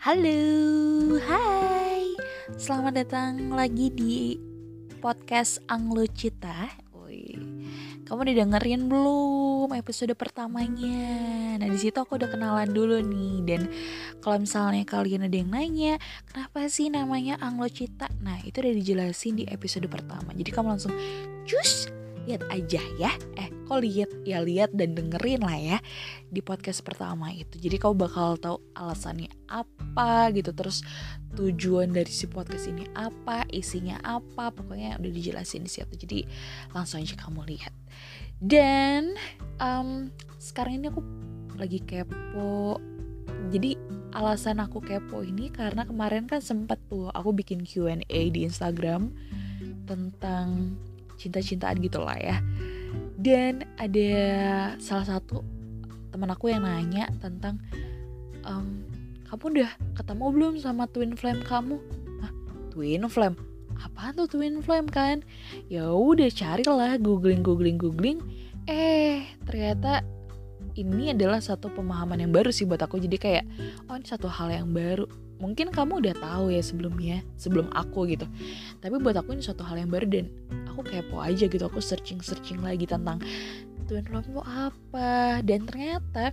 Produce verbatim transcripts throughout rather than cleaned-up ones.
Halo, hai. Selamat datang lagi di podcast Anglo Cita. Wih, kamu udah dengerin belum episode pertamanya? Nah, di situ aku udah kenalan dulu nih. Dan kalau misalnya kalian ada yang nanya, kenapa sih namanya Anglo Cita? Nah, itu udah dijelasin di episode pertama. Jadi kamu langsung cus lihat aja ya. Eh, kok lihat ya lihat dan dengerin lah ya di podcast pertama itu. Jadi kau bakal tahu alasannya apa gitu, terus tujuan dari si podcast ini apa, isinya apa, pokoknya udah dijelasin di situ. Jadi langsung aja kamu lihat. Dan um, sekarang ini aku lagi kepo. Jadi alasan aku kepo ini karena kemarin kan sempat tuh aku bikin Q and A di Instagram tentang cinta-cintaan gitu lah ya. Dan ada salah satu teman aku yang nanya tentang um, kamu udah ketemu belum sama twin flame kamu? Hah, twin flame? Apaan tuh twin flame kan? Ya udah carilah, googling googling googling. Eh ternyata ini adalah satu pemahaman yang baru sih buat aku. Jadi kayak oh ini satu hal yang baru. Mungkin kamu udah tahu ya sebelumnya, sebelum aku gitu. Tapi buat aku ini suatu hal yang baru dan aku kepo aja gitu. Aku searching-searching lagi tentang twin flame itu apa. Dan ternyata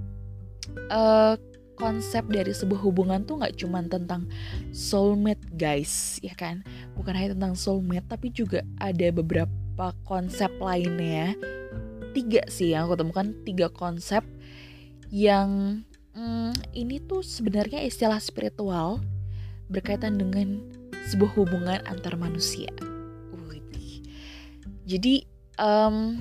uh, konsep dari sebuah hubungan tuh gak cuma tentang soulmate guys, ya kan? Bukan hanya tentang soulmate, tapi juga ada beberapa konsep lainnya. Tiga sih yang aku temukan, tiga konsep yang hmm, ini tuh sebenarnya istilah spiritual berkaitan dengan sebuah hubungan antar manusia. Wih. Jadi um,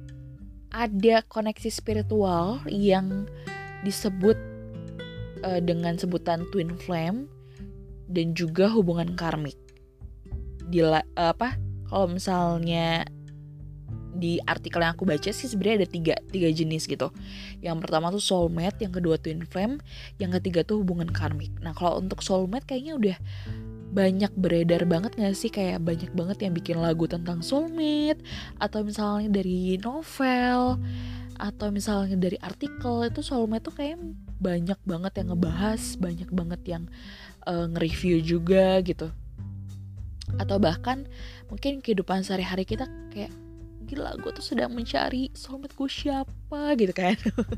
ada koneksi spiritual yang disebut uh, dengan sebutan twin flame dan juga hubungan karmik. Di uh, apa? Kalau misalnya di artikel yang aku baca sih sebenarnya ada tiga, tiga jenis gitu. Yang pertama tuh soulmate, yang kedua twin flame, yang ketiga tuh hubungan karmik. Nah kalau untuk soulmate kayaknya udah banyak beredar banget gak sih? Kayak banyak banget yang bikin lagu tentang soulmate, atau misalnya dari novel, atau misalnya dari artikel. Itu soulmate tuh kayak banyak banget yang ngebahas, banyak banget yang uh, nge-review juga gitu. Atau bahkan mungkin kehidupan sehari-hari kita kayak gila gue tuh sedang mencari soulmate gue siapa gitu kan.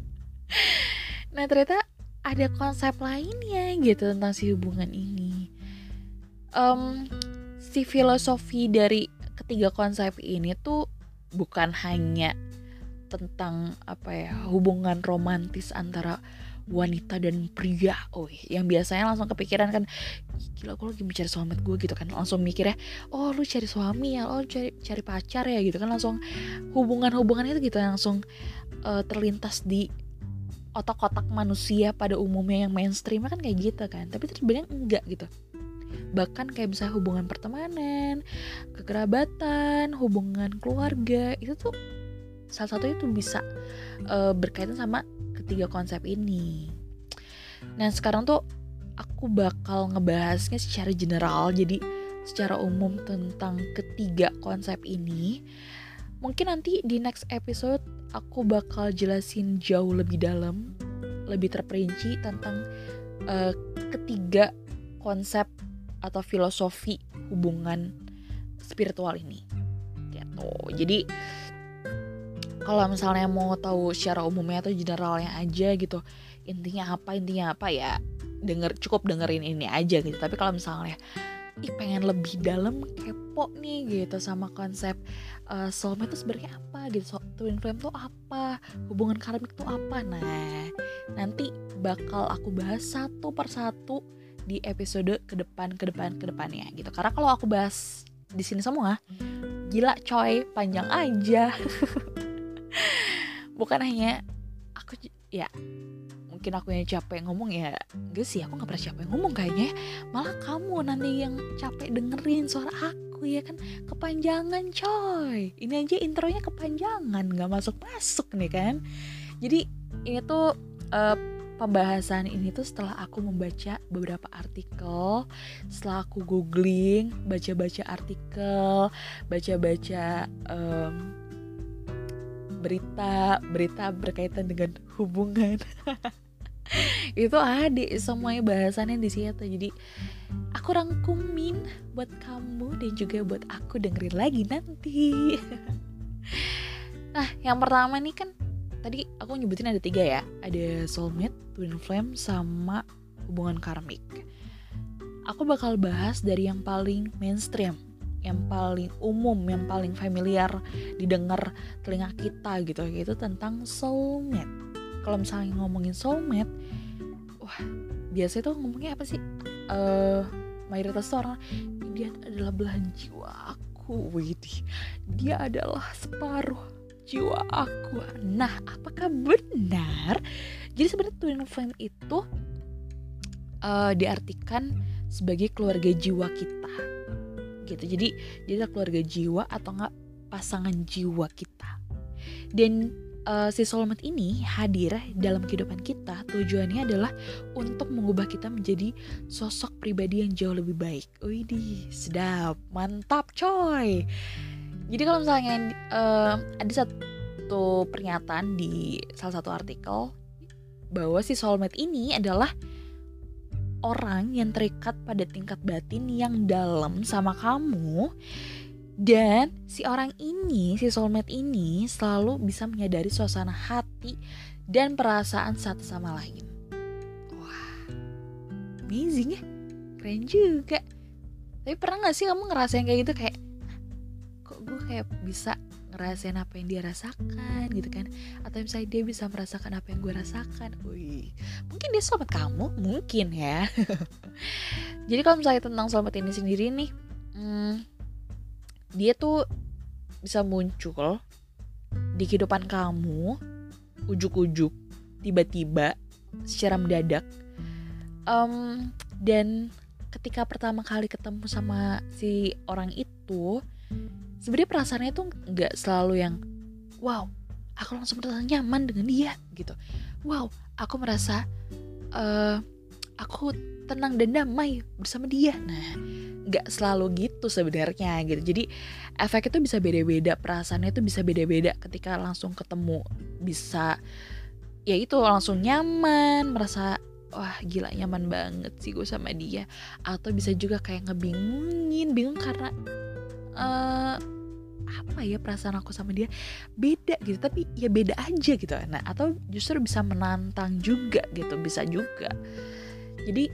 Nah ternyata ada konsep lainnya gitu tentang si hubungan ini. um, Si filosofi dari ketiga konsep ini tuh bukan hanya tentang apa ya, hubungan romantis antara wanita dan pria. Oh, yang biasanya langsung kepikiran kan, gila gue lagi mencari soulmate gue gitu kan. Langsung mikirnya, oh lu cari suami ya, oh cari cari pacar ya gitu kan. Langsung hubungan-hubungan itu gitu langsung uh, terlintas di otak-otak manusia pada umumnya yang mainstream kan kayak gitu kan. Tapi sebenarnya enggak gitu. Bahkan kayak misalnya hubungan pertemanan, kekerabatan, hubungan keluarga, itu tuh salah satunya tuh bisa uh, berkaitan sama ketiga konsep ini. Nah sekarang tuh aku bakal ngebahasnya secara general, jadi secara umum tentang ketiga konsep ini. Mungkin nanti di next episode aku bakal jelasin jauh lebih dalam, lebih terperinci tentang uh, ketiga konsep atau filosofi hubungan spiritual ini gitu. Jadi kalau misalnya mau tahu secara umumnya atau generalnya aja gitu, intinya apa intinya apa ya denger, cukup dengerin ini aja gitu. Tapi kalau misalnya ih pengen lebih dalam, kepo nih gitu sama konsep uh, soulmate itu sebenarnya apa gitu, so, twin flame tuh apa, hubungan karmik tuh apa, nah nanti bakal aku bahas satu persatu di episode ke depan ke depan ke depannya gitu. Karena kalau aku bahas di sini semua, gila coy, panjang aja. Bukan hanya aku ya, mungkin aku yang capek ngomong ya. Gak sih, aku gak pernah capek ngomong kayaknya. Malah kamu nanti yang capek dengerin suara aku ya kan. Kepanjangan coy. Ini aja intronya kepanjangan, gak masuk-masuk nih kan. Jadi ini tuh uh, pembahasan ini tuh setelah aku membaca beberapa artikel, setelah aku googling, baca-baca artikel, baca-baca um, berita berita berkaitan dengan hubungan Itu ada semuanya bahasannya di situ. Jadi aku rangkumin buat kamu dan juga buat aku dengerin lagi nanti. Nah, yang pertama nih kan tadi aku nyebutin ada tiga ya. Ada soulmate, twin flame, sama hubungan karmik. Aku bakal bahas dari yang paling mainstream, yang paling umum, yang paling familiar didengar telinga kita gitu, yaitu tentang soulmate. Kalau misalnya ngomongin soulmate, wah biasanya tuh ngomongnya apa sih? Uh, mayoritas tuh orang, dia adalah belahan jiwa aku, widih, dia adalah separuh jiwa aku. Nah, apakah benar? Jadi sebenarnya twin flame itu uh, diartikan sebagai keluarga jiwa kita, gitu. Jadi dia adalah keluarga jiwa atau enggak pasangan jiwa kita. Dan uh, si soulmate ini hadir dalam kehidupan kita, tujuannya adalah untuk mengubah kita menjadi sosok pribadi yang jauh lebih baik. Widih, sedap, mantap coy. Jadi kalau misalnya uh, ada satu pernyataan di salah satu artikel bahwa si soulmate ini adalah orang yang terikat pada tingkat batin yang dalam sama kamu, dan si orang ini, si soulmate ini selalu bisa menyadari suasana hati dan perasaan satu sama lain. Wah, amazing ya, keren juga. Tapi pernah gak sih kamu ngerasain kayak gitu, kayak kok gue kayak bisa ngerasain apa yang dia rasakan gitu kan, atau misalnya dia bisa merasakan apa yang gue rasakan. Wih, mungkin dia soulmate kamu, mungkin ya. Jadi kalau misalnya tentang soulmate ini sendiri nih, hmm, dia tuh bisa muncul di kehidupan kamu ujuk-ujuk, tiba-tiba, secara mendadak, um, dan ketika pertama kali ketemu sama si orang itu, sebenarnya perasaannya tuh nggak selalu yang wow, aku langsung merasa nyaman dengan dia gitu. Wow, aku merasa uh, aku tenang dan damai bersama dia. Nah, nggak selalu gitu sebenarnya gitu. Jadi efeknya tuh bisa beda-beda, perasaannya tuh bisa beda-beda ketika langsung ketemu. Bisa ya itu langsung nyaman, merasa wah gila nyaman banget sih gue sama dia. Atau bisa juga kayak ngebingungin, bingung karena Uh, apa ya perasaan aku sama dia beda gitu, tapi ya beda aja gitu. Nah, atau justru bisa menantang juga gitu, bisa juga. Jadi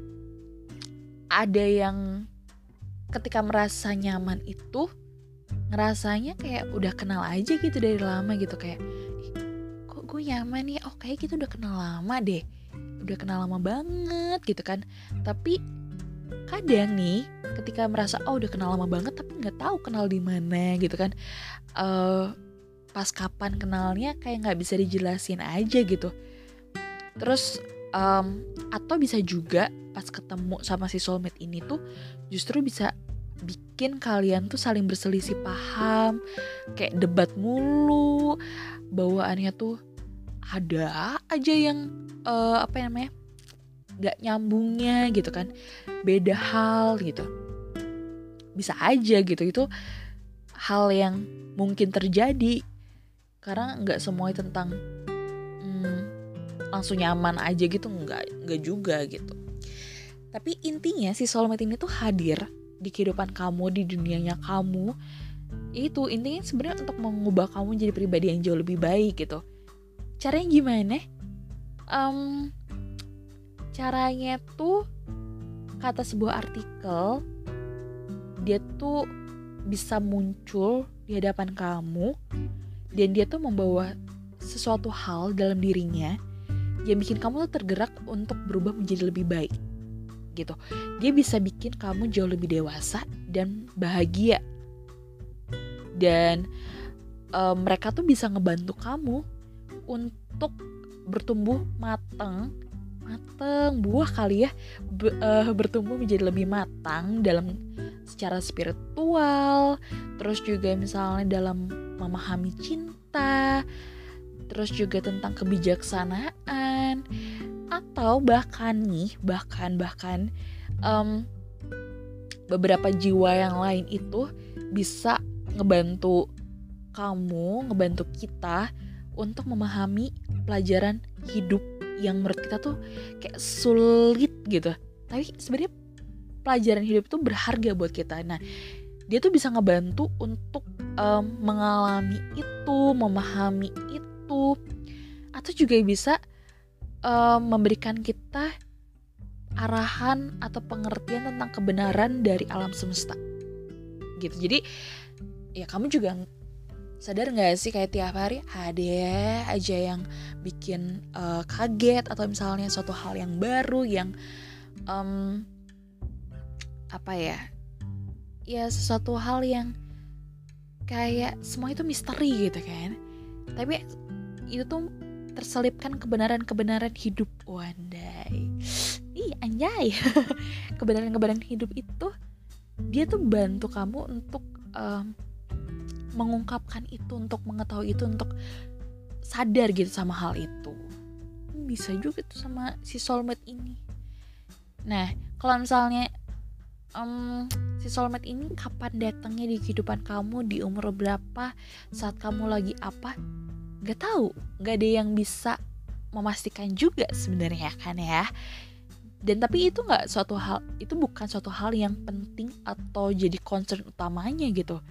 ada yang ketika merasa nyaman itu ngerasanya kayak udah kenal aja gitu dari lama gitu, kayak kok gue nyaman nih, oh kayak kita udah kenal lama deh, udah kenal lama banget gitu kan. Tapi kadang nih ketika merasa oh udah kenal lama banget tapi nggak tahu kenal di mana gitu kan, uh, pas kapan kenalnya kayak nggak bisa dijelasin aja gitu. Terus um, atau bisa juga pas ketemu sama si soulmate ini tuh justru bisa bikin kalian tuh saling berselisih paham, kayak debat mulu, bawaannya tuh ada aja yang uh, apa namanya gak nyambungnya gitu kan, beda hal gitu. Bisa aja gitu, itu hal yang mungkin terjadi karena gak semuanya tentang hmm, langsung nyaman aja gitu, gak, gak juga gitu. Tapi intinya si soulmate ini tuh hadir di kehidupan kamu, di dunianya kamu. Itu intinya sebenarnya untuk mengubah kamu jadi pribadi yang jauh lebih baik gitu. Caranya gimana? Um, Caranya tuh kata sebuah artikel, dia tuh bisa muncul di hadapan kamu dan dia tuh membawa sesuatu hal dalam dirinya yang bikin kamu tuh tergerak untuk berubah menjadi lebih baik gitu. Dia bisa bikin kamu jauh lebih dewasa dan bahagia, dan uh, mereka tuh bisa ngebantu kamu untuk bertumbuh matang matang buah kali ya, be, uh, bertumbuh menjadi lebih matang dalam secara spiritual, terus juga misalnya dalam memahami cinta, terus juga tentang kebijaksanaan, atau bahkan nih bahkan bahkan um, beberapa jiwa yang lain itu bisa ngebantu kamu, ngebantu kita untuk memahami pelajaran hidup yang menurut kita tuh kayak sulit gitu, tapi sebenarnya pelajaran hidup itu berharga buat kita. Nah, dia tuh bisa ngebantu untuk um, mengalami itu, memahami itu, atau juga bisa um, memberikan kita arahan atau pengertian tentang kebenaran dari alam semesta gitu. Jadi ya kamu juga sadar gak sih kayak tiap hari ada aja yang bikin uh, kaget, atau misalnya suatu hal yang baru yang um, apa ya ya sesuatu hal yang kayak semua itu misteri gitu kan, tapi itu tuh terselipkan kebenaran-kebenaran hidup. Wandai, ih anjay. Kebenaran-kebenaran hidup itu dia tuh bantu kamu untuk um, mengungkapkan itu, untuk mengetahui itu, untuk sadar gitu sama hal itu. Bisa juga tuh sama si soulmate ini. Nah, kalau misalnya um, si soulmate ini kapan datangnya di kehidupan kamu, di umur berapa, saat kamu lagi apa, gak tahu, gak ada yang bisa memastikan juga sebenarnya kan ya. Dan tapi itu nggak suatu hal, itu bukan suatu hal yang penting atau jadi concern utamanya gitu.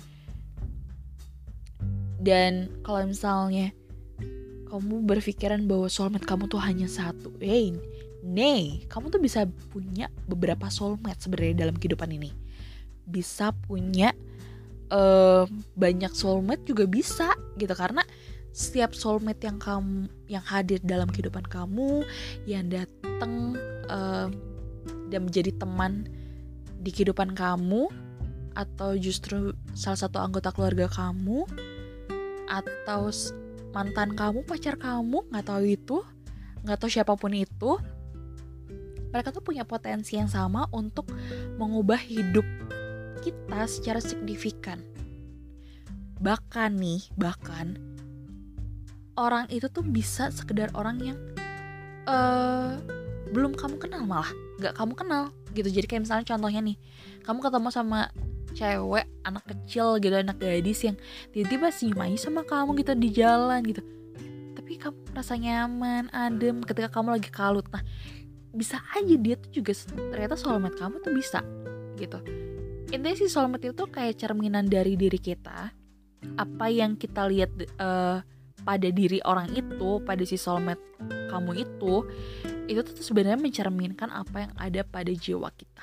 Dan kalau misalnya kamu berpikiran bahwa soulmate kamu tuh hanya satu, hey, nih, kamu tuh bisa punya beberapa soulmate sebenarnya dalam kehidupan ini. Bisa punya uh, banyak soulmate juga bisa gitu, karena setiap soulmate yang kamu yang hadir dalam kehidupan kamu, yang datang uh, dan menjadi teman di kehidupan kamu, atau justru salah satu anggota keluarga kamu, atau mantan kamu, pacar kamu, nggak tahu itu, nggak tahu siapapun itu, mereka tuh punya potensi yang sama untuk mengubah hidup kita secara signifikan. Bahkan nih, bahkan orang itu tuh bisa sekedar orang yang uh, belum kamu kenal, malah nggak kamu kenal gitu. Jadi kayak misalnya contohnya nih, kamu ketemu sama cewek, anak kecil gitu, anak gadis yang tiba-tiba senyum aja sama kamu gitu di jalan gitu, tapi kamu merasa nyaman, adem ketika kamu lagi kalut. Nah, bisa aja dia tuh juga ternyata soulmate kamu tuh bisa gitu. Intinya sih soulmate itu kayak cerminan dari diri kita. Apa yang kita lihat uh, pada diri orang itu, pada si soulmate kamu itu, itu tuh sebenarnya mencerminkan apa yang ada pada jiwa kita.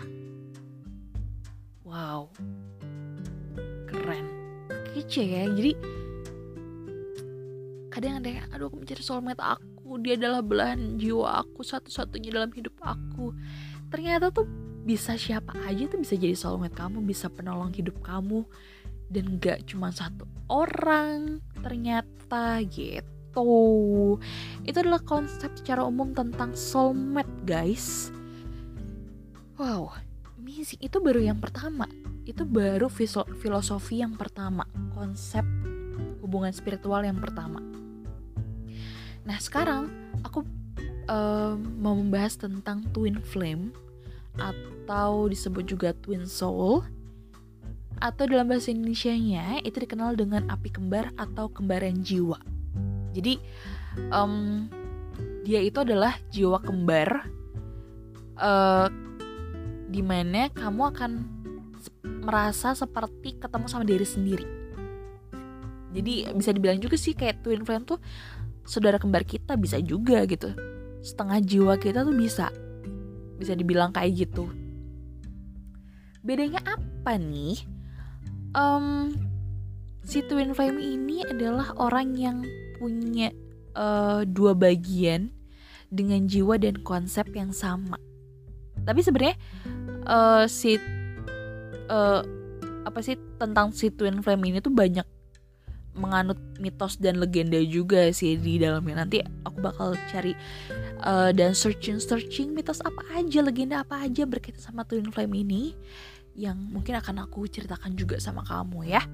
Wow, keren, kece ya. Jadi kadang ada yang, aduh aku mencari soulmate aku, dia adalah belahan jiwa aku, satu-satunya dalam hidup aku. Ternyata tuh bisa siapa aja tuh bisa jadi soulmate kamu, bisa penolong hidup kamu, dan gak cuma satu orang ternyata gitu. Itu adalah konsep secara umum tentang soulmate, guys. Wow, amazing. Itu baru yang pertama. Itu baru filosofi yang pertama, konsep hubungan spiritual yang pertama. Nah, sekarang aku um, mau membahas tentang twin flame, atau disebut juga twin soul, atau dalam bahasa Indonesianya itu dikenal dengan api kembar atau kembaran jiwa. Jadi um, dia itu adalah jiwa kembar, uh, dimana kamu akan merasa seperti ketemu sama diri sendiri. Jadi bisa dibilang juga sih kayak twin flame tuh saudara kembar kita, bisa juga gitu. Setengah jiwa kita tuh bisa Bisa dibilang kayak gitu. Bedanya apa nih? Um, si twin flame ini adalah orang yang punya uh, dua bagian dengan jiwa dan konsep yang sama. Tapi sebenarnya uh, si uh, apa sih tentang si twin flame ini tuh banyak menganut mitos dan legenda juga sih di dalamnya. Nanti aku bakal cari uh, dan searching-searching mitos apa aja, legenda apa aja berkaitan sama twin flame ini, yang mungkin akan aku ceritakan juga sama kamu ya.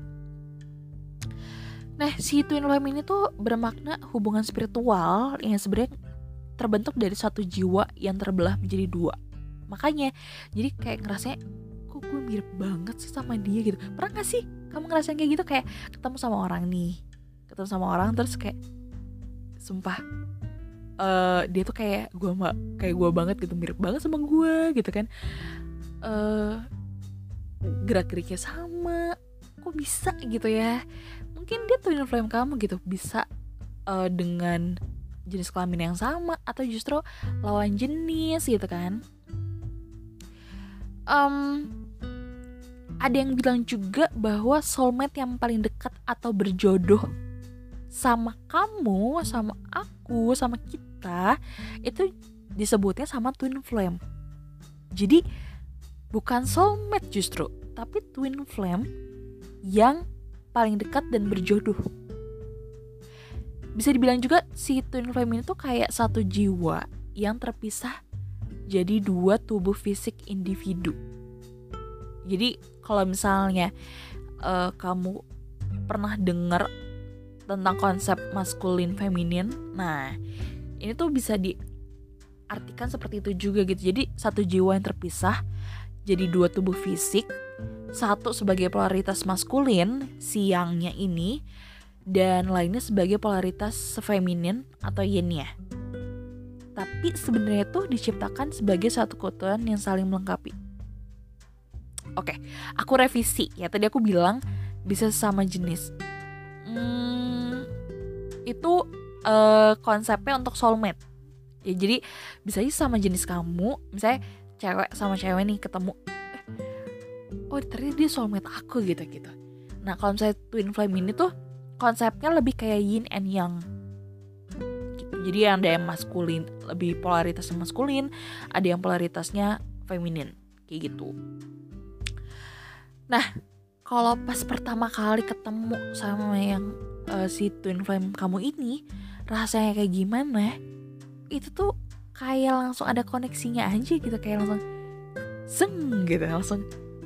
Nah, si twin flame ini tuh bermakna hubungan spiritual yang sebenarnya terbentuk dari satu jiwa yang terbelah menjadi dua. Makanya jadi kayak ngerasanya, kok gue mirip banget sih sama dia gitu. Pernah gak sih kamu ngerasain kayak gitu, kayak ketemu sama orang nih, ketemu sama orang terus kayak, sumpah uh, dia tuh kayak gue kayak gue banget gitu, mirip banget sama gue gitu kan, uh, gerak-geriknya sama, kok bisa gitu ya? Mungkin dia twin flame kamu gitu, bisa uh, dengan jenis kelamin yang sama atau justru lawan jenis gitu kan. Um, ada yang bilang juga bahwa soulmate yang paling dekat atau berjodoh sama kamu, sama aku, sama kita itu disebutnya sama twin flame. Jadi bukan soulmate justru, tapi twin flame yang paling dekat dan berjodoh. Bisa dibilang juga si twin flame ini tuh kayak satu jiwa yang terpisah jadi dua tubuh fisik individu. Jadi kalau misalnya uh, kamu pernah dengar tentang konsep maskulin feminin, nah ini tuh bisa diartikan seperti itu juga gitu. Jadi satu jiwa yang terpisah jadi dua tubuh fisik, satu sebagai polaritas maskulin si yang-nya ini, dan lainnya sebagai polaritas feminin atau yin-nya. Tapi sebenarnya tuh diciptakan sebagai satu keutuhan yang saling melengkapi. Oke, aku revisi ya. Tadi aku bilang bisa sama jenis. Hmm, itu uh, konsepnya untuk soulmate. Ya jadi bisa aja sama jenis kamu. Misalnya cewek sama cewek nih ketemu. Eh, oh ternyata dia soulmate aku gitu-gitu. Nah kalau misalnya twin flame ini tuh konsepnya lebih kayak yin and yang. Gitu. Jadi ada yang maskulin, lebih polaritasnya maskulin, ada yang polaritasnya feminin. Kayak gitu. Nah, kalau pas pertama kali ketemu sama yang uh, si twin flame kamu ini, rasanya kayak gimana? Itu tuh kayak langsung ada koneksinya aja gitu, kayak langsung seng gitu, langsung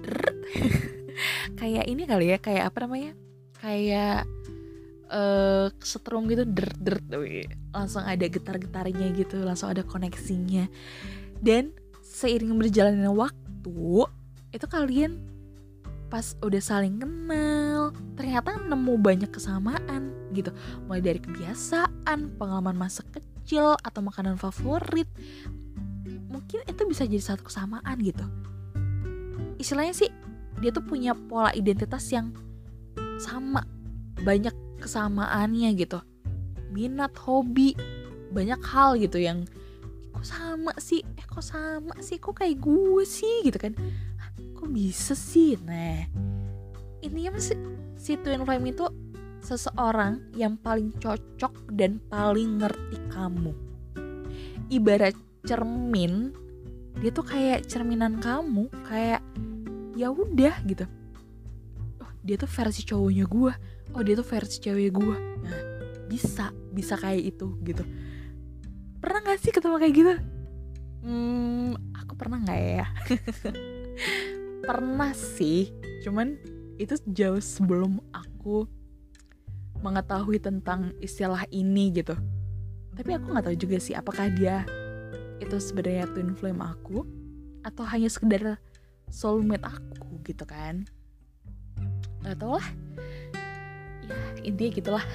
kayak ini kali ya, kayak apa namanya? Kayak uh, setrum gitu, dert-dert, langsung ada getar-getarnya gitu, langsung ada koneksinya. Dan seiring berjalannya waktu, itu kalian pas udah saling kenal ternyata nemu banyak kesamaan gitu, mulai dari kebiasaan, pengalaman masa kecil, atau makanan favorit. Mungkin itu bisa jadi satu kesamaan gitu. Istilahnya sih dia tuh punya pola identitas yang sama, banyak kesamaannya gitu, minat, hobi, banyak hal gitu yang kok sama sih, eh kok sama sih, kok kayak gue sih gitu kan. Kok bisa sih? Nah, intinya si, si twin flame itu seseorang yang paling cocok dan paling ngerti kamu. Ibarat cermin, dia tuh kayak cerminan kamu, kayak ya udah gitu. Oh, dia tuh versi cowoknya gue. Oh, dia tuh versi cewek gue. Nah, bisa, bisa kayak itu gitu. Pernah gak sih ketemu kayak gitu? Hmm, aku pernah gak ya? Pernah sih, cuman itu jauh sebelum aku mengetahui tentang istilah ini gitu. Tapi aku gak tahu juga sih apakah dia itu sebenarnya twin flame aku atau hanya sekedar soulmate aku gitu kan. Gak tau lah. Ya intinya gitulah.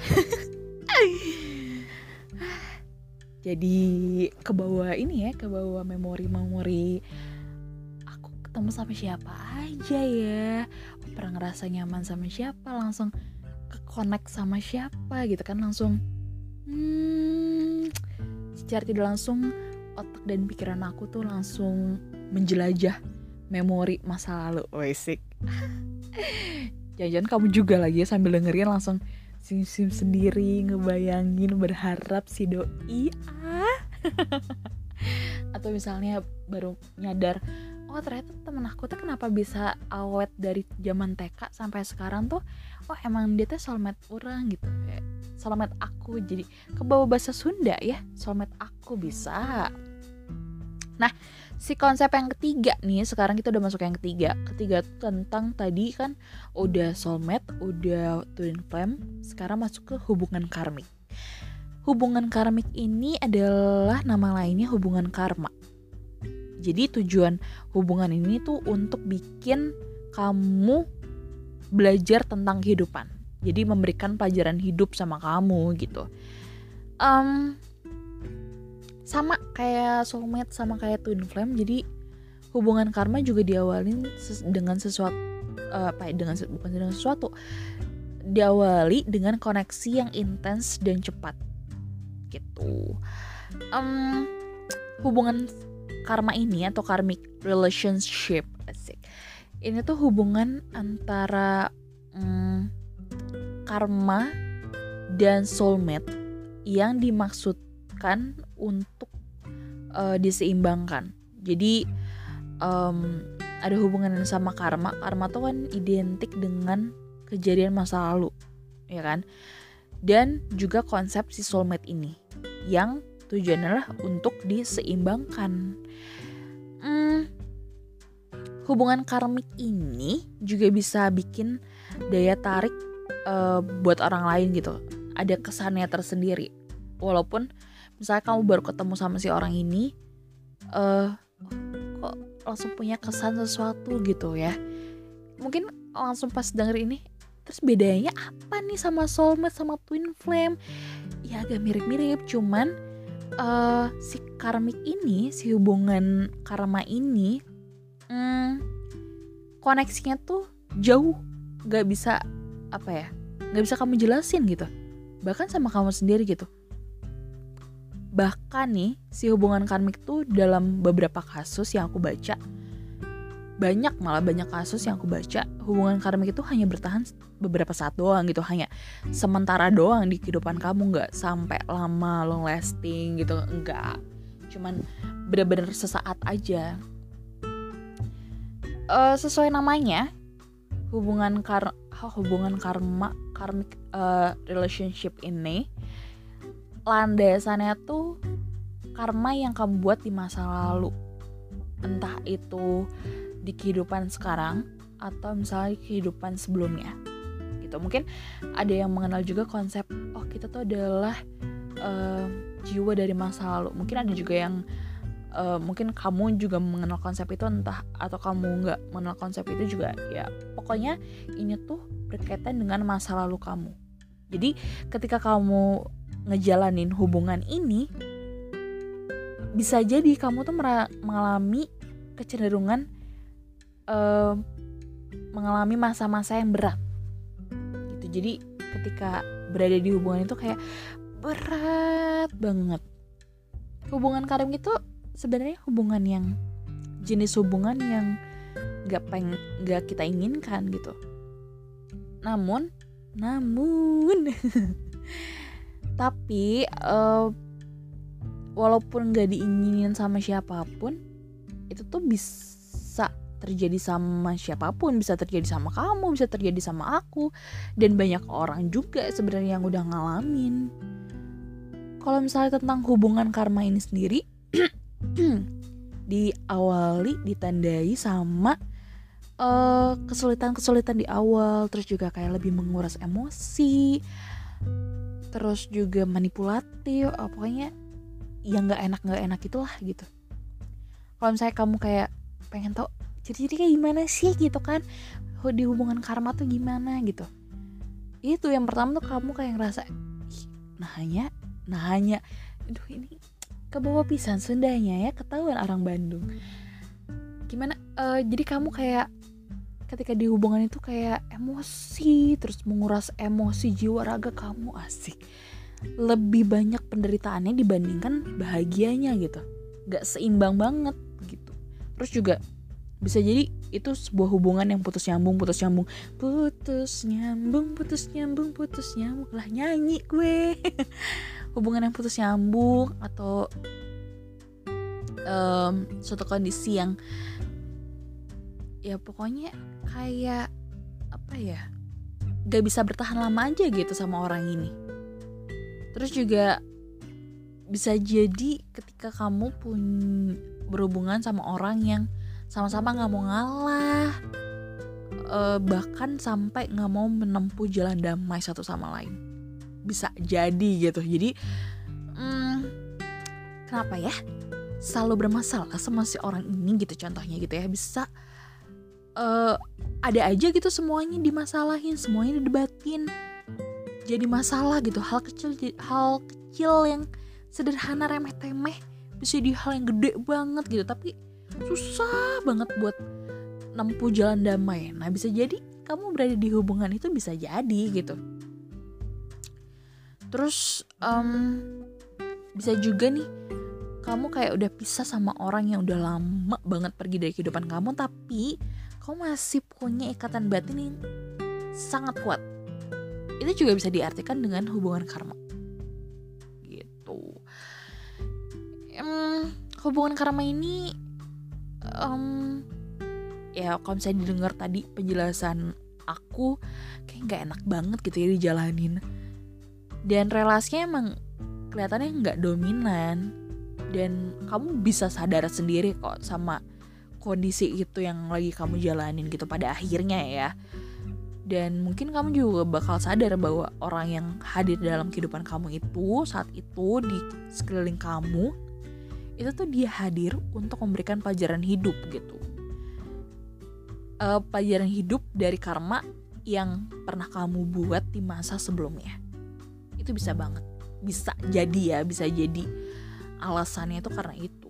Jadi ke bawah ini ya, ke bawah memori-memori ketemu sama siapa aja ya, pernah ngerasa nyaman sama siapa, langsung ke connect sama siapa gitu kan, langsung hmm, secara tidak langsung otak dan pikiran aku tuh langsung menjelajah memori masa lalu. Wesik. Jangan-jangan kamu juga lagi ya sambil dengerin langsung sim-sim sendiri, ngebayangin, berharap si doi ah. Atau misalnya baru nyadar, oh ternyata temen aku tuh kenapa bisa awet dari zaman T K sampai sekarang tuh, oh emang dia tuh soulmate orang gitu, kayak soulmate aku. Jadi kebawa bahasa Sunda ya, soulmate aku bisa. Nah si konsep yang ketiga nih, sekarang kita udah masuk yang ketiga. Ketiga tuh tentang tadi kan udah soulmate, udah twin flame, sekarang masuk ke hubungan karmik. Hubungan karmik ini adalah nama lainnya hubungan karma. Jadi tujuan hubungan ini tuh untuk bikin kamu belajar tentang kehidupan. Jadi memberikan pelajaran hidup sama kamu gitu. Um, sama kayak soulmate, sama kayak twin flame. Jadi hubungan karma juga diawali ses- dengan sesuatu uh, apa ya, dengan bukan dengan sesuatu diawali dengan koneksi yang intens dan cepat gitu. Um, hubungan karma ini atau karmic relationship, asik, ini tuh hubungan antara um, karma dan soulmate yang dimaksudkan untuk uh, diseimbangkan. Jadi um, ada hubungan sama karma. Karma tuh kan identik dengan kejadian masa lalu, ya kan? Dan juga konsep si soulmate ini yang tujuannya adalah untuk diseimbangkan. Hmm, hubungan karmik ini juga bisa bikin daya tarik uh, buat orang lain gitu. Ada kesannya tersendiri. Walaupun misalnya kamu baru ketemu sama si orang ini, uh, kok langsung punya kesan sesuatu gitu ya. Mungkin langsung pas denger ini, terus bedanya apa nih sama soulmate sama twin flame? Ya agak mirip-mirip, cuman uh, si karmik ini, si hubungan karma ini, hmm, koneksinya tuh jauh, gak bisa apa ya, gak bisa kamu jelasin gitu. Bahkan sama kamu sendiri gitu. Bahkan nih si hubungan karmik tuh dalam beberapa kasus yang aku baca, banyak malah banyak kasus yang aku baca, hubungan karmik itu hanya bertahan beberapa saat doang gitu, hanya sementara doang di kehidupan kamu, nggak sampai lama long lasting gitu, enggak, cuman bener-bener sesaat aja. Uh, sesuai namanya, hubungan kar hubungan karma karmic uh, relationship ini landasannya tuh karma yang kamu buat di masa lalu, entah itu di kehidupan sekarang atau misalnya di kehidupan sebelumnya gitu. Mungkin ada yang mengenal juga konsep oh kita tuh adalah uh, jiwa dari masa lalu. Mungkin ada juga yang uh, mungkin kamu juga mengenal konsep itu, entah atau kamu nggak mengenal konsep itu juga, ya pokoknya ini tuh berkaitan dengan masa lalu kamu. Jadi ketika kamu ngejalanin hubungan ini, bisa jadi kamu tuh mer- mengalami kecenderungan uh, mengalami masa-masa yang berat gitu. Jadi ketika berada di hubungan itu kayak berat banget. Hubungan karmik itu sebenarnya hubungan yang jenis hubungan yang gak peng gak kita inginkan gitu. Namun namun tapi uh, walaupun gak diinginin sama siapapun, itu tuh bisa terjadi sama siapapun, bisa terjadi sama kamu, bisa terjadi sama aku, dan banyak orang juga sebenarnya yang udah ngalamin. Kalau misalnya tentang hubungan karma ini sendiri diawali, ditandai sama uh, kesulitan-kesulitan di awal, terus juga kayak lebih menguras emosi, terus juga manipulatif, oh, pokoknya yang nggak enak nggak enak itulah gitu. Kalau misalnya kamu kayak pengen tahu ciri-ciri kayak gimana sih gitu kan di hubungan karma tuh gimana gitu, itu yang pertama tuh kamu kayak ngerasa nah hanya nah hanya aduh ini kebawa pisan Sundanya ya, ketahuan orang Bandung gimana. Uh, jadi kamu kayak ketika di hubungan itu kayak emosi, terus menguras emosi jiwa raga kamu, asik, lebih banyak penderitaannya dibandingkan bahagianya gitu, gak seimbang banget gitu. Terus juga bisa jadi itu sebuah hubungan yang putus nyambung putus nyambung putus nyambung putus nyambung putus nyambung lah, nyanyi gue hubungan yang putus nyambung atau um, suatu kondisi yang ya pokoknya kayak apa ya, gak bisa bertahan lama aja gitu sama orang ini. Terus juga bisa jadi ketika kamu pun berhubungan sama orang yang sama-sama gak mau ngalah, eh, bahkan sampai gak mau menempuh jalan damai satu sama lain, bisa jadi gitu. Jadi hmm, kenapa ya selalu bermasalah sama si orang ini gitu, contohnya gitu ya, bisa Uh, ada aja gitu semuanya dimasalahin, semuanya didebatin, jadi masalah gitu. Hal kecil hal kecil yang sederhana remeh-temeh bisa jadi hal yang gede banget gitu, tapi susah banget buat nempuh jalan damai. Nah bisa jadi kamu berada di hubungan itu, bisa jadi gitu. Terus um, bisa juga nih kamu kayak udah pisah sama orang yang udah lama banget pergi dari kehidupan kamu, tapi kamu masih punya ikatan batin yang sangat kuat. Itu juga bisa diartikan dengan hubungan karma gitu. um, Hubungan karma ini um, ya kalau misalnya didengar tadi penjelasan aku, kayak gak enak banget gitu ya dijalanin. Dan relasinya emang kelihatannya gak dominan, dan kamu bisa sadar sendiri kok sama kondisi itu yang lagi kamu jalanin gitu pada akhirnya ya. Dan mungkin kamu juga bakal sadar bahwa orang yang hadir dalam kehidupan kamu itu saat itu di sekeliling kamu, itu tuh dia hadir untuk memberikan pelajaran hidup gitu. Uh, pelajaran hidup dari karma yang pernah kamu buat di masa sebelumnya. Itu bisa banget, bisa jadi ya, bisa jadi alasannya itu karena itu.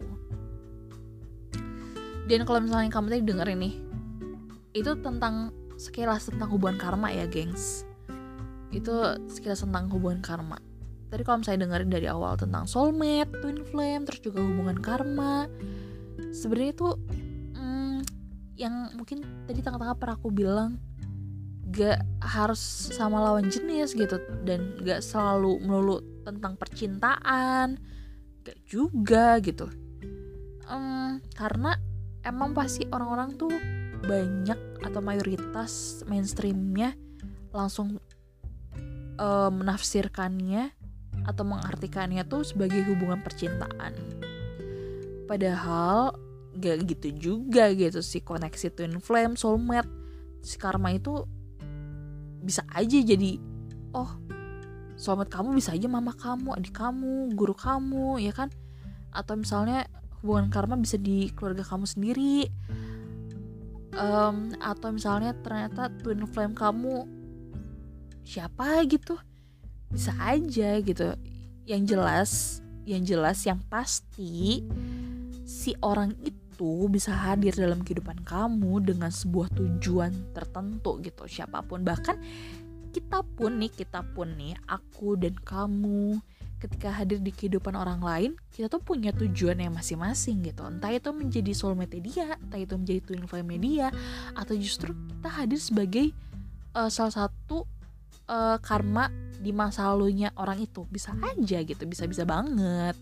Dan kalau misalnya kamu tadi dengerin nih, itu tentang sekilas tentang hubungan karma ya gengs. Itu sekilas tentang hubungan karma. Tadi kalau misalnya dengerin dari awal tentang soulmate, twin flame, terus juga hubungan karma, sebenarnya itu yang mungkin tadi tengah-tengah pernah aku bilang, gak harus sama lawan jenis gitu, dan gak selalu melulu tentang percintaan, gak juga gitu. um, Karena emang pasti orang-orang tuh banyak atau mayoritas mainstreamnya langsung uh, menafsirkannya atau mengartikannya tuh sebagai hubungan percintaan. Padahal gak gitu juga gitu. Si koneksi twin flame, soulmate, si karma itu bisa aja jadi, oh soulmate kamu bisa aja mama kamu, adik kamu, guru kamu, ya kan? Atau misalnya hubungan karma bisa di keluarga kamu sendiri, um, atau misalnya ternyata twin flame kamu siapa gitu, bisa aja gitu. Yang jelas, yang jelas yang pasti si orang itu bisa hadir dalam kehidupan kamu dengan sebuah tujuan tertentu gitu. Siapapun, bahkan kita pun nih, kita pun nih, aku dan kamu, ketika hadir di kehidupan orang lain, kita tuh punya tujuan yang masing-masing gitu. Entah itu menjadi soulmate dia, entah itu menjadi twin flame dia, atau justru kita hadir sebagai uh, salah satu uh, karma di masa lalunya orang itu. Bisa aja gitu, bisa-bisa banget.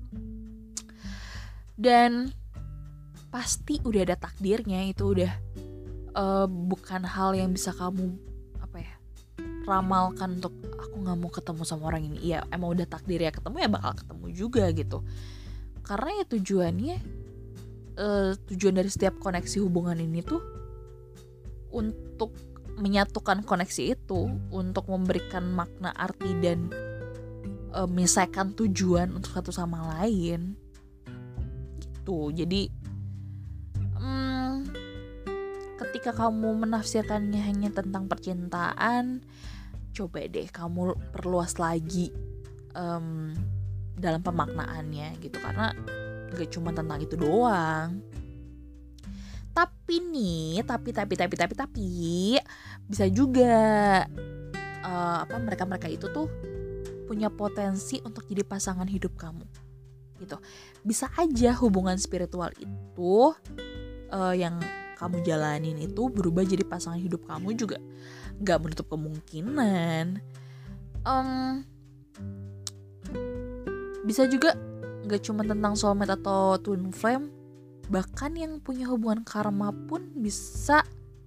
Dan pasti udah ada takdirnya, itu udah uh, bukan hal yang bisa kamu apa ya ramalkan untuk aku nggak mau ketemu sama orang ini. Ya emang udah takdirnya ketemu, ya bakal ketemu juga gitu. Karena ya tujuannya uh, tujuan dari setiap koneksi hubungan ini tuh untuk menyatukan koneksi itu, untuk memberikan makna, arti, dan uh, menyelesaikan tujuan untuk satu sama lain. Tuh, jadi hmm, ketika kamu menafsirkannya hanya tentang percintaan, coba deh kamu perluas lagi um, dalam pemaknaannya gitu, karena gak cuma tentang itu doang. Tapi nih, tapi tapi tapi tapi tapi bisa juga uh, apa mereka-mereka itu tuh punya potensi untuk jadi pasangan hidup kamu. Gitu. Bisa aja hubungan spiritual itu uh, yang kamu jalanin itu berubah jadi pasangan hidup kamu juga, gak menutup kemungkinan. um, Bisa juga gak cuma tentang soulmate atau twin flame, bahkan yang punya hubungan karma pun bisa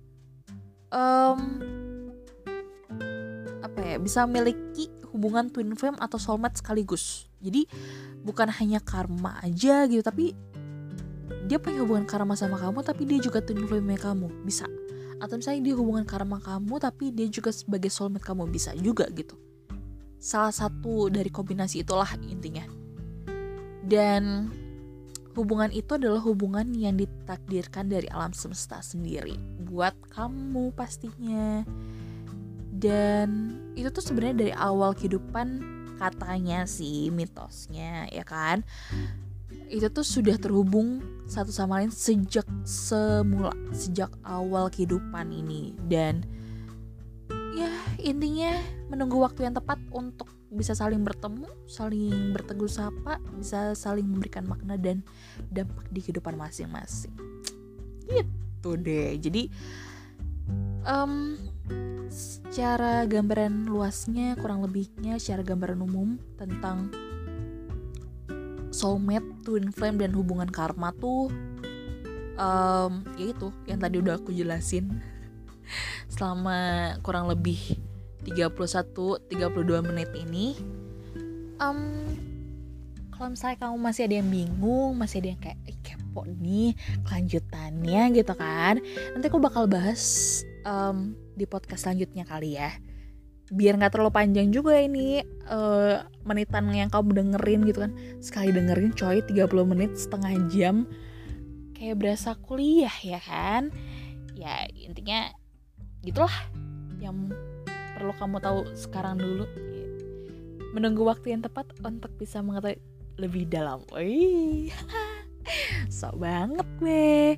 um, apa ya bisa memiliki hubungan twin flame atau soulmate sekaligus. Jadi bukan hanya karma aja gitu, tapi dia punya hubungan karma sama kamu, tapi dia juga twin flame-nya kamu, bisa. Atau misalnya dia hubungan karma kamu, tapi dia juga sebagai soulmate kamu, bisa juga gitu. Salah satu dari kombinasi itulah intinya. Dan hubungan itu adalah hubungan yang ditakdirkan dari alam semesta sendiri buat kamu pastinya. Dan itu tuh sebenarnya dari awal kehidupan, katanya sih, mitosnya ya kan, itu tuh sudah terhubung satu sama lain sejak semula, sejak awal kehidupan ini. Dan ya intinya menunggu waktu yang tepat untuk bisa saling bertemu, saling bertegur sapa, bisa saling memberikan makna dan dampak di kehidupan masing-masing. Gitu deh. Jadi um, secara gambaran luasnya, kurang lebihnya secara gambaran umum tentang soulmate, twin flame, dan hubungan karma tuh um, ya itu yang tadi udah aku jelasin selama kurang lebih tiga puluh satu sampai tiga puluh dua menit ini. um, Kalau misalnya kamu masih ada yang bingung, masih ada yang kayak eh, kepo nih kelanjutannya gitu kan, nanti aku bakal bahas um, di podcast selanjutnya kali ya, biar gak terlalu panjang juga ini uh, menitan yang kamu dengerin gitu kan. Sekali dengerin coy tiga puluh menit, setengah jam, kayak berasa kuliah ya kan. Ya intinya gitulah yang perlu kamu tahu sekarang dulu. Menunggu waktu yang tepat untuk bisa mengetahui lebih dalam. Wih, sok banget gue.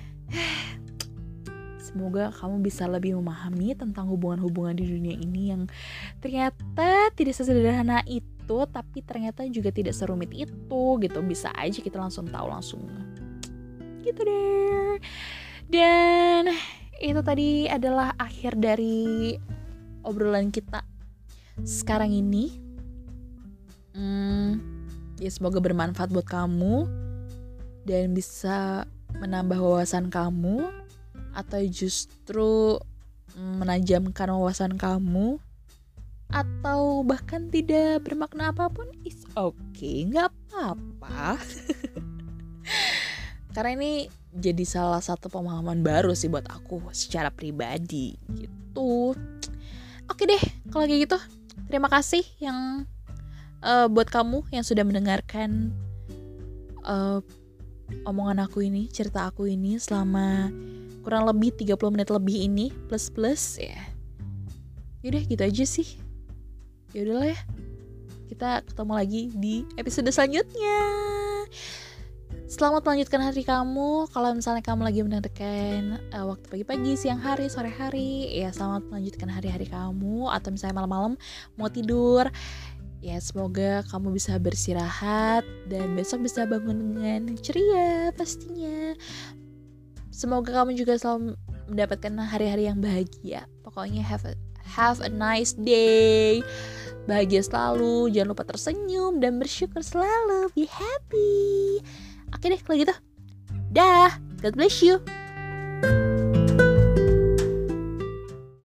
Semoga kamu bisa lebih memahami tentang hubungan-hubungan di dunia ini yang ternyata tidak sesederhana itu, tapi ternyata juga tidak serumit itu gitu. Bisa aja kita langsung tahu langsung gitu deh. Dan itu tadi adalah akhir dari obrolan kita sekarang ini. Hmm, ya semoga bermanfaat buat kamu dan bisa menambah wawasan kamu, atau justru menajamkan wawasan kamu, atau bahkan tidak bermakna apapun, it's okay, nggak apa-apa. Karena ini jadi salah satu pemahaman baru sih buat aku secara pribadi gitu. Oke deh, kalau kayak gitu, terima kasih yang uh, buat kamu yang sudah mendengarkan uh, omongan aku ini, cerita aku ini selama kurang lebih tiga puluh menit lebih ini, plus-plus ya. Yaudah gitu aja sih. Yaudahlah ya. Kita ketemu lagi di episode selanjutnya. Selamat melanjutkan hari kamu. Kalau misalnya kamu lagi mendengarkan uh, waktu pagi-pagi, siang hari, sore hari, ya selamat melanjutkan hari-hari kamu. Atau misalnya malam-malam mau tidur, ya semoga kamu bisa beristirahat dan besok bisa bangun dengan ceria pastinya. Semoga kamu juga selalu mendapatkan hari-hari yang bahagia. Pokoknya have a, have a nice day. Bahagia selalu, jangan lupa tersenyum dan bersyukur selalu. Be happy. Oke deh kalau gitu. Dah, God bless you.